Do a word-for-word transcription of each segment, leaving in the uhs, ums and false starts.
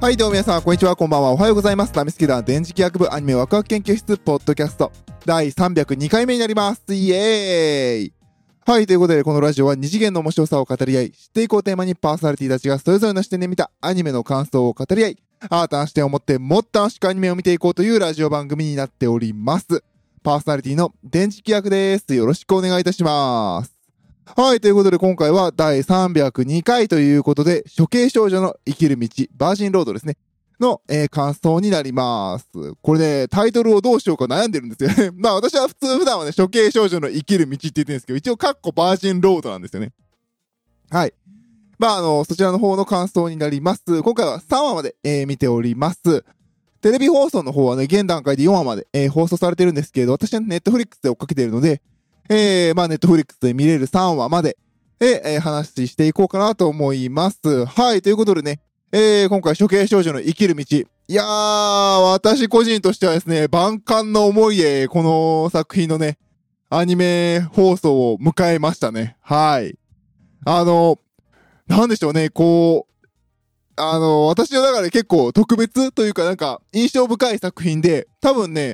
はいどうも皆さんこんにちは、こんばんは、おはようございます。大好きだ電磁気学部アニメワクワク研究室ポッドキャストだいさんびゃくにかいめになります。イエーイ。はい、ということでこのラジオは二次元の面白さを語り合い、知っていこうテーマにパーソナリティたちがそれぞれの視点で見たアニメの感想を語り合い、新たな視点を持ってもっと楽しくアニメを見ていこうというラジオ番組になっております。パーソナリティの電磁気学です。よろしくお願いいたします。はい、ということで今回はだいさんびゃくにかいということで、処刑少女の生きる道、バージンロードですね。の、えー、感想になります。これね、タイトルをどうしようか悩んでるんですよね。まあ私は普通普段はね、処刑少女の生きる道って言ってるんですけど、一応カッコバージンロードなんですよね。はい。まああの、そちらの方の感想になります。今回はさんわまで、えー、見ております。テレビ放送の方はね、現段階でよんわまで、えー、放送されてるんですけど、私はネットフリックスで追っかけているので、えー、まあネットフリックスで見れるさんわまで、えー、話していこうかなと思います。はい、ということでね、えー、今回処刑少女の生きる道。いやー、私個人としてはですね、万感の思いで、この作品のね、アニメ放送を迎えましたね。はい。あの、なんでしょうね、こう、あの、私の中で結構特別というかなんか印象深い作品で、多分ね、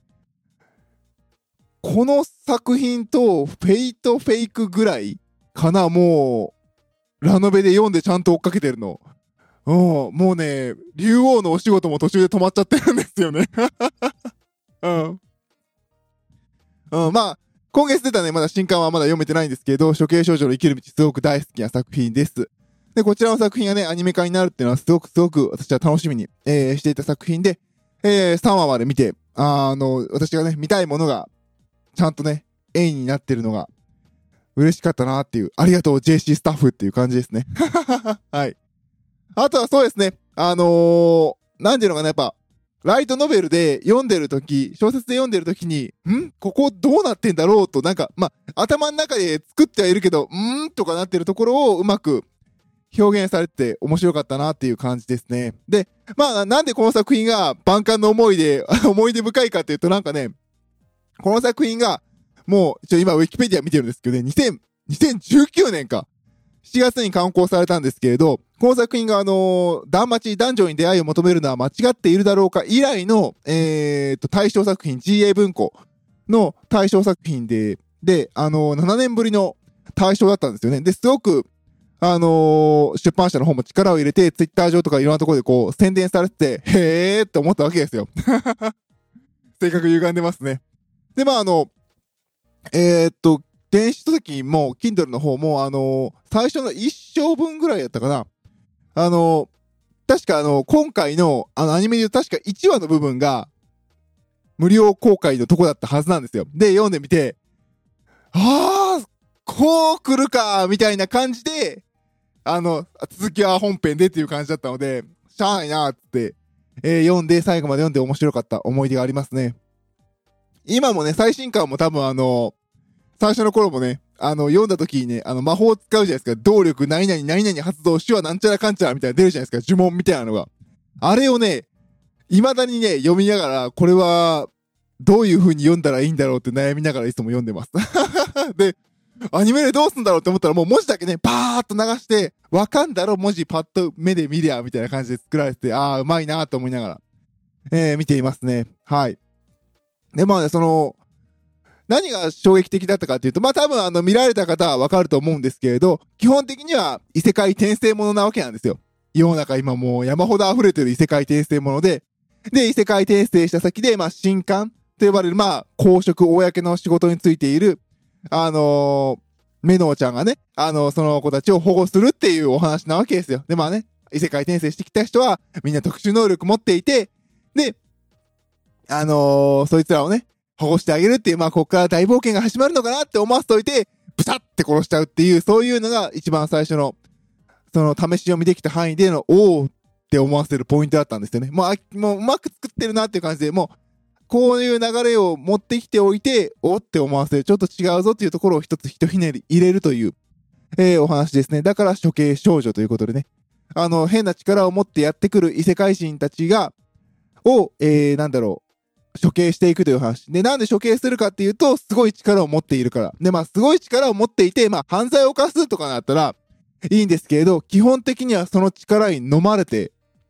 この作品とフェイトフェイクぐらいかな、もう、ラノベで読んでちゃんと追っかけてるの。うん、もうね、竜王のお仕事も途中で止まっちゃってるんですよね。うん。うん、まあ、今月出たね、まだ新刊はまだ読めてないんですけど、処刑少女の生きる道すごく大好きな作品です。で、こちらの作品がね、アニメ化になるっていうのはすごくすごく私は楽しみに、えー、していた作品で、えー、さんわまで見て、あの、私がね、見たいものが、ちゃんとね、絵になってるのが、嬉しかったなっていう、ありがとう ジェーシー スタッフっていう感じですね。はい。あとはそうですね、あのー、なんていうのかな、やっぱ、ライトノベルで読んでるとき、小説で読んでるときに、んここどうなってんだろうと、なんか、まあ、頭の中で作ってはいるけど、んーとかなってるところをうまく表現されて面白かったなっていう感じですね。で、まあ、なんでこの作品が万感の思いで、思い出深いかっていうとなんかね、この作品が、もう、ちょ、今ウィキペディア見てるんですけどね、にせん、にせんじゅうきゅうねんか。しちがつに刊行されたんですけれど、この作品があのー、断末男女に出会いを求めるのは間違っているだろうか以来の、えーと、対象作品、ジーエー 文庫の対象作品で、で、あのー、ななねんぶりの対象だったんですよね。で、すごく、あのー、出版社の方も力を入れて、ツイッター上とかいろんなところでこう、宣伝されてて、へーって思ったわけですよ。性格歪んでますね。で、まああの、えーっと、電子書籍も、Kindle の方も、あのー、最初の一章分ぐらいやったかな。あのー、確かあのー、今回の、あの、アニメで確かいちわの部分が、無料公開のとこだったはずなんですよ。で、読んでみて、あー、こう来るか、みたいな感じで、あの、続きは本編でっていう感じだったので、しゃあないなーって、えー、読んで、最後まで読んで面白かった思い出がありますね。今もね、最新刊も多分あの、最初の頃もね、あの、読んだ時にね、あの、魔法を使うじゃないですか。動力、何々、何々発動、手話なんちゃらかんちゃらみたいな出るじゃないですか。呪文みたいなのが。あれをね、未だにね、読みながら、これは、どういう風に読んだらいいんだろうって悩みながらいつも読んでます。で、アニメでどうすんだろうって思ったらもう文字だけね、バーっと流して、わかんだろ、文字パッと目で見りゃ、みたいな感じで作られてて、ああ、うまいなと思いながら、えー、見ていますね。はい。で、まあね、その、何が衝撃的だったかっていうと、まあ多分あの見られた方はわかると思うんですけれど、基本的には異世界転生ものなわけなんですよ。世の中今もう山ほど溢れてる異世界転生もので、で、異世界転生した先で、まあ神官と呼ばれる、まあ公職、公の仕事についている、あのー、メノウちゃんがね、あのー、その子たちを保護するっていうお話なわけですよ。で、まあね、異世界転生してきた人はみんな特殊能力持っていて、で、あのー、そいつらをね、保護してあげるっていう、まあ、ここから大冒険が始まるのかなって思わせといて、ブサッて殺しちゃうっていう、そういうのが一番最初の、その試し読みできた範囲での、おーって思わせるポイントだったんですよね。もう、あもううまく作ってるなっていう感じで、もう、こういう流れを持ってきておいて、おって思わせる、ちょっと違うぞっていうところを一つひとひねり入れるという、えー、お話ですね。だから処刑少女ということでね。あの、変な力を持ってやってくる異世界人たちが、を、えー、なんだろう、処刑していくという話。で、なんで処刑するかっていうと、すごい力を持っているから。で、まあ、すごい力を持っていて、まあ、犯罪を犯すとかなったら、いいんですけれど、基本的にはその力に飲まれて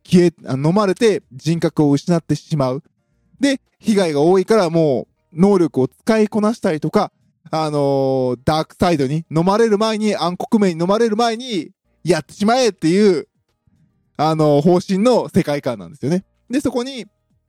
消え、飲まれて人格を失ってしまう。で、被害が多いからもう能力を使いこなしたりとか、あのー、ダークサイドに飲まれる前に、暗黒面に飲まれる前に、やってしまえっていう、あのー、方針の世界観なんですよね。で、そこに、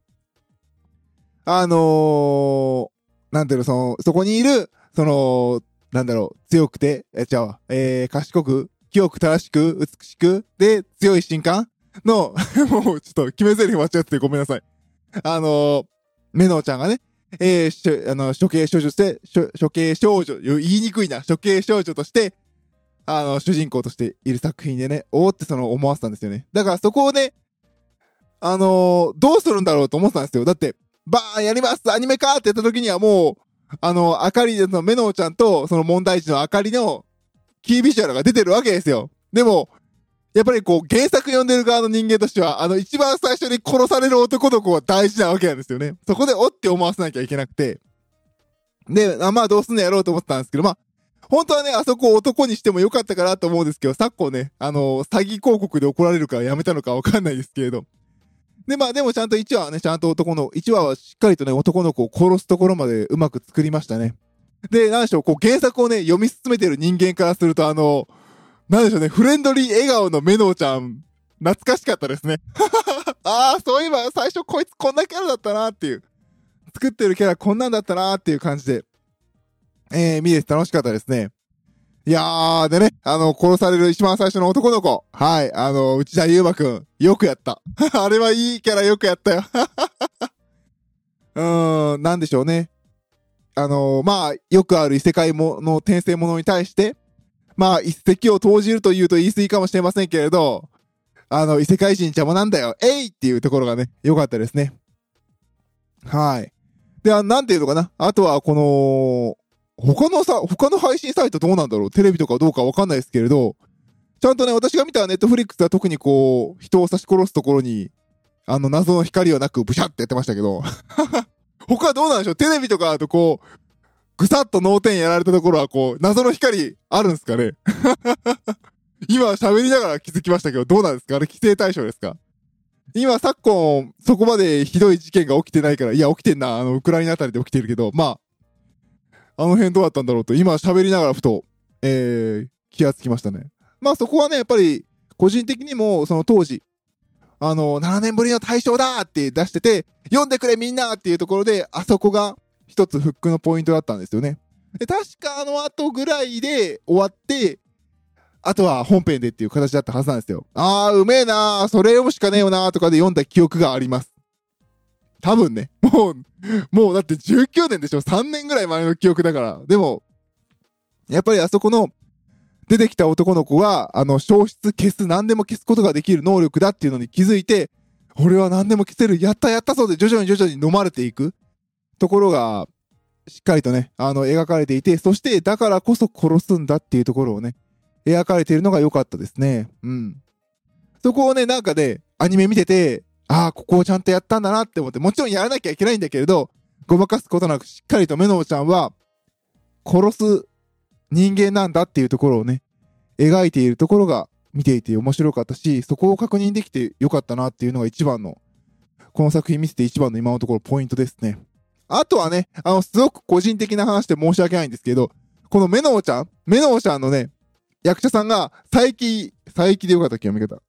あのー、なんていうの、その、そこにいる、その、なんだろう、強くて、え、違うわ、えー、賢く、清く正しく、美しく、で、強い神官の、もうちょっと決め台詞間違っててごめんなさい。あのー、メノウちゃんがね、えー、しょ、あの、処刑少女して、処刑少女、言いにくいな、処刑少女として、あの、主人公としている作品でね、おーってその思わせたんですよね。だからそこをね、あのー、どうするんだろうと思ってたんですよ。だって、バーンやりますアニメ化ってやった時にはもう、あの、あかりのメノウちゃんと、その問題児のあかりのキービジュアルが出てるわけですよ。でも、やっぱりこう、原作読んでる側の人間としては、あの、一番最初に殺される男の子は大事なわけなんですよね。そこでおって思わせなきゃいけなくて。で、あまあどうすんのやろうと思ってたんですけど、まあ、本当はね、あそこを男にしてもよかったかなと思うんですけど、昨今ね、あの、詐欺広告で怒られるからやめたのかわかんないですけれど。で、まあでもちゃんといちわはね、ちゃんと男の、いちわはしっかりとね、男の子を殺すところまでうまく作りましたね。で、なんでしょう、こう原作をね、読み進めてる人間からすると、あの、なんでしょうね、フレンドリー笑顔のメノウちゃん、懐かしかったですね。ああ、そういえば最初こいつこんなキャラだったなっていう。作ってるキャラこんなんだったなっていう感じで、えー、見れて楽しかったですね。いやー、でね、あの、殺される一番最初の男の子。はい、あの、内田祐馬くん、よくやった。あれはいいキャラよくやったよ。うーん、なんでしょうね。あの、まあ、よくある異世界もの転生ものに対して、まあ、一石を投じると言うと言い過ぎかもしれませんけれど、あの、異世界人邪魔なんだよ、えいっていうところがね、良かったですね。はい。で、あなんていうのかな。あとは、この、他のさ、他の配信サイトどうなんだろう、テレビとかどうかわかんないですけれど、ちゃんとね、私が見たネットフリックスは特にこう、人を刺し殺すところに、あの、謎の光はなく、ブシャってやってましたけど、他はどうなんでしょう、テレビとかだとこう、ぐさっと脳天やられたところはこう、謎の光あるんですかね。今喋りながら気づきましたけど、どうなんですか、あれ規制対象ですか。今昨今、そこまでひどい事件が起きてないから、いや、起きてんな、あの、ウクライナあたりで起きてるけど、まあ、あの辺どうだったんだろうと、今喋りながらふと、えー、気がつきましたね。まあそこはね、やっぱり、個人的にも、その当時、あの、ななねんぶりの大賞だって出してて、読んでくれみんなっていうところで、あそこが一つフックのポイントだったんですよね。で、確かあの後ぐらいで終わって、あとは本編でっていう形だったはずなんですよ。あー、うめえなー、それ読むしかねえよなーとかで読んだ記憶があります。多分ね。もう、もうだってじゅうきゅうねんでしょ ?さん 年ぐらい前の記憶だから。でも、やっぱりあそこの出てきた男の子が、あの、消失消す、何でも消すことができる能力だっていうのに気づいて、俺は何でも消せる、やったやったそうで徐々に徐々に飲まれていくところが、しっかりとね、あの、描かれていて、そしてだからこそ殺すんだっていうところをね、描かれているのが良かったですね。うん。そこをね、なんかね、アニメ見てて、ああ、ここをちゃんとやったんだなって思って、もちろんやらなきゃいけないんだけれど、ごまかすことなくしっかりとメノウちゃんは、殺す人間なんだっていうところをね、描いているところが見ていて面白かったし、そこを確認できて良かったなっていうのが一番の、この作品見せて一番の今のところポイントですね。あとはね、あの、すごく個人的な話で申し訳ないんですけど、このメノウちゃん、メノウちゃんのね、役者さんが、佐伯、佐伯でよかったっけ、読み方。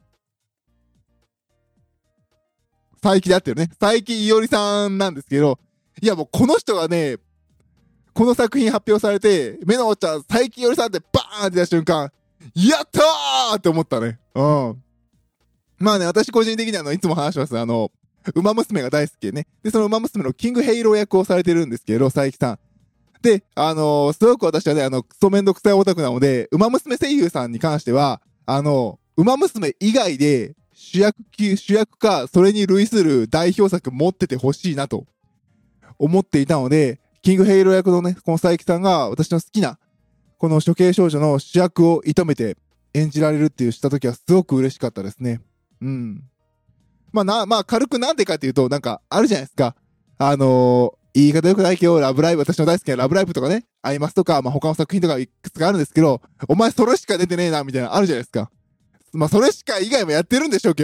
佐伯で合ってるね。佐伯いおりさんなんですけど、いやもうこの人がね、この作品発表されて、メノウちゃん、佐伯いおりさんってバーンって出した瞬間、やったーって思ったね。うん。まあね、私個人的にあの、いつも話します。あの、馬娘が大好きでね。で、その馬娘のキングヘイロー役をされてるんですけど、佐伯さん。で、あのー、すごく私はね、あの、クソめんどくさいオタクなので、馬娘声優さんに関しては、あの、馬娘以外で主役級、主役か、それに類する代表作持っててほしいなと思っていたので、キングヘイロー役のね、この佐伯さんが私の好きな、この処刑少女の主役を射止めて演じられるっていうした時はすごく嬉しかったですね。うん。まあな、まあ軽くなんでかっていうと、なんかあるじゃないですか。あのー、言い方良くないけど、ラブライブ、私の大好きなラブライブとかね、アイマスとか、まあ他の作品とかいくつかあるんですけど、お前それしか出てねえな、みたいなのあるじゃないですか。まあそれしか以外もやってるんでしょうけどね。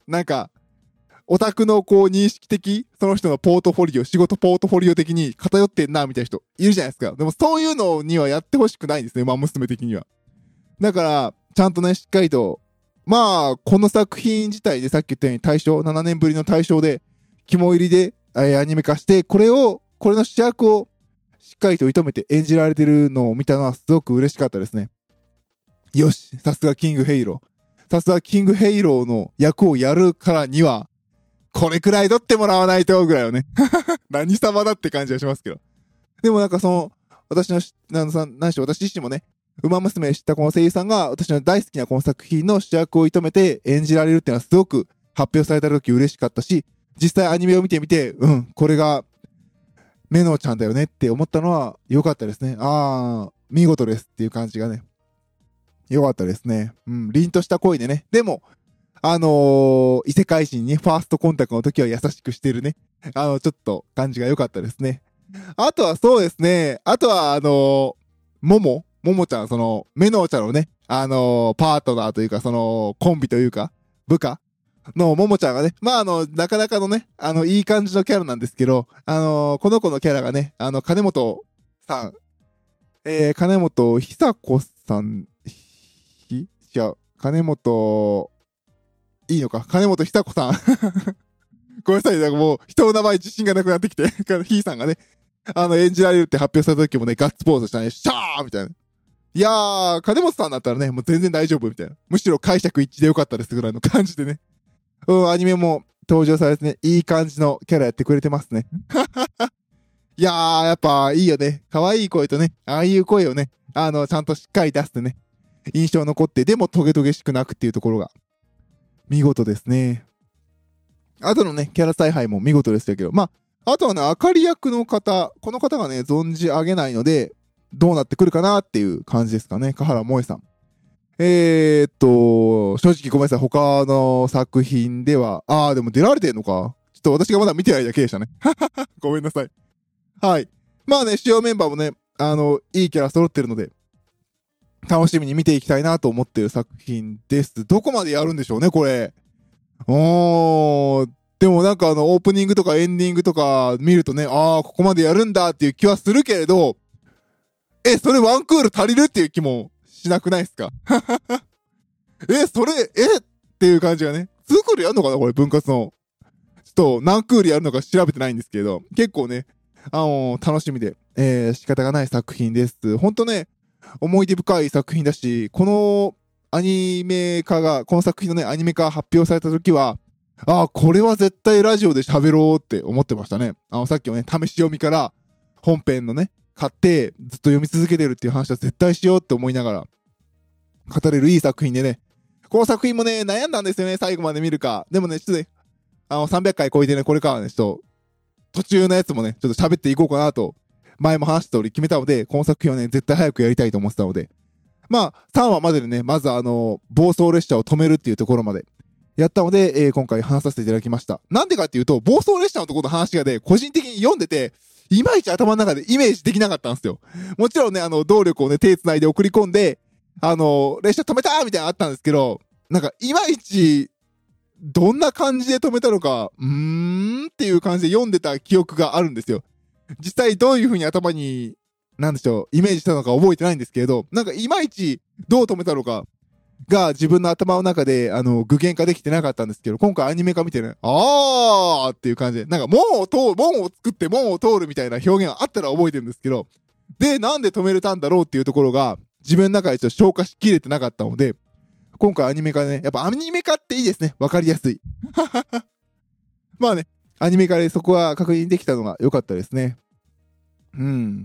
なんか、オタクのこう認識的、その人のポートフォリオ、仕事ポートフォリオ的に偏ってんな、みたいな人いるじゃないですか。でもそういうのにはやってほしくないんですね、馬娘的には。だから、ちゃんとね、しっかりと、まあ、この作品自体でさっき言ったように大賞、ななねんぶりの大賞で、肝入りで、えー、アニメ化して、これを、これの主役をしっかりと射止めて演じられてるのを見たのはすごく嬉しかったですね。よし、さすがキングヘイロー。さすがキングヘイローの役をやるからには、これくらい取ってもらわないとぐらいよね。何様だって感じがしますけど。でもなんかその、私の、何さん、何しろ私自身もね、馬娘知ったこの声優さんが私の大好きなこの作品の主役を射止めて演じられるっていうのはすごく発表された時嬉しかったし、実際アニメを見てみて、うん、これが、メノちゃんだよねって思ったのは良かったですね。あー、見事ですっていう感じがね。良かったですね。うん、凛とした声でね。でも、あのー、異世界人にファーストコンタクトの時は優しくしてるね。あの、ちょっと感じが良かったですね。あとはそうですね。あとは、あのー、ももももちゃん、その、メノちゃんのね、あのー、パートナーというか、その、コンビというか、部下のももちゃんがね、まあ、あの、なかなかのね、あの、いい感じのキャラなんですけど、あのー、この子のキャラがね、あの、金本さん、えー、金本久子さん、ひ、違う、金本、いいのか、金本久子さん。ごめんなさい、なんかもう、人の名前自信がなくなってきて、ひーさんがね、あの、演じられるって発表された時もね、ガッツポーズしたね、シャーみたいな。いやー、金本さんだったらね、もう全然大丈夫みたいな。むしろ解釈一致でよかったですぐらいの感じでね。うん、アニメも登場されてね、いい感じのキャラやってくれてますね。いやー、やっぱいいよね。可愛い声とね、ああいう声をね、あの、ちゃんとしっかり出してね、印象残って、でもトゲトゲしくなくっていうところが、見事ですね。あとのね、キャラ采配も見事でしたけど、まあ、あとはね、あかり役の方、この方がね、存じ上げないので、どうなってくるかなっていう感じですかね。香原萌さん。えーっと、正直ごめんなさい。他の作品では、あー、でも出られてんのか。ちょっと私がまだ見てないだけでしたね。ごめんなさい。はい。まあね、主要メンバーもね、あの、いいキャラ揃ってるので、楽しみに見ていきたいなと思ってる作品です。どこまでやるんでしょうね、これ。おー、でもなんかあの、オープニングとかエンディングとか見るとね、あー、ここまでやるんだっていう気はするけれど、え、それワンクール足りるっていう気もしなくないですか？え、それ、えっていう感じがね。ツークールやるのかなこれ、分割の。ちょっと何クールやるのか調べてないんですけど、結構ね、あのー、楽しみで、えー、仕方がない作品です。ほんとね、思い出深い作品だし、このアニメ化が、この作品のね、アニメ化発表された時は、ああ、これは絶対ラジオで喋ろうって思ってましたね。あの、さっきもね、試し読みから本編のね、買ってずっと読み続けてるっていう話は絶対しようって思いながら語れるいい作品でね、この作品もね、悩んだんですよね、最後まで見るか。でもね、ちょっとね、あの、さんびゃっかい超えてね、これからはね、ちょっと、途中のやつもね、ちょっと喋っていこうかなと、前も話した通り決めたので、この作品はね、絶対早くやりたいと思ってたので、まあ、さんわまででね、まずあの、暴走列車を止めるっていうところまで、やったので、えー、今回話させていただきました。なんでかっていうと、暴走列車のところの話がね、個人的に読んでて、いまいち頭の中でイメージできなかったんですよ。もちろんね、あの、動力をね、手繋いで送り込んで、あの、列車止めたーみたいなのあったんですけど、なんか、いまいち、どんな感じで止めたのか、うーんっていう感じで読んでた記憶があるんですよ。実際どういう風に頭に、なんでしょう、イメージしたのか覚えてないんですけれど、なんかいまいちどう止めたのかが自分の頭の中で、あの、具現化できてなかったんですけど、今回アニメ化見てね、あーっていう感じで、なんか門を通る、門を作って門を通るみたいな表現はあったら覚えてるんですけど、で、なんで止めれたんだろうっていうところが、自分の中でちょっと消化しきれてなかったので、今回アニメ化ね、やっぱアニメ化っていいですね。わかりやすい。まあね、アニメ化でそこは確認できたのが良かったですね。うん。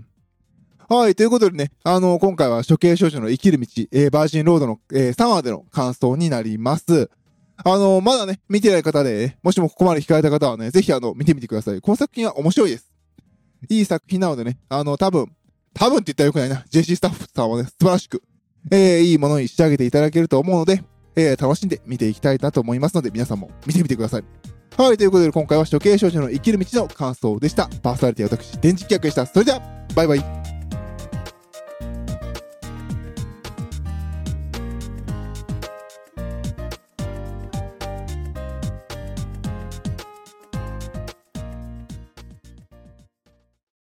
はい、ということでね、あの、今回は処刑少女の生きる道、えー、バージンロードの、えー、さんわでの感想になります。あの、まだね、見てない方で、ね、もしもここまで聞かれた方はね、ぜひあの、見てみてください。この作品は面白いです。いい作品なのでね、あの、多分、多分って言ったらよくないな。ジェシー スタッフさんはね、素晴らしく、えー、いいものに仕上げていただけると思うので、えー、楽しんで見ていきたいなと思いますので、皆さんも見てみてください。はい、ということで今回は処刑少女の生きる道の感想でした。パーソナリティは私、電磁気役でした。それでは、バイバイ。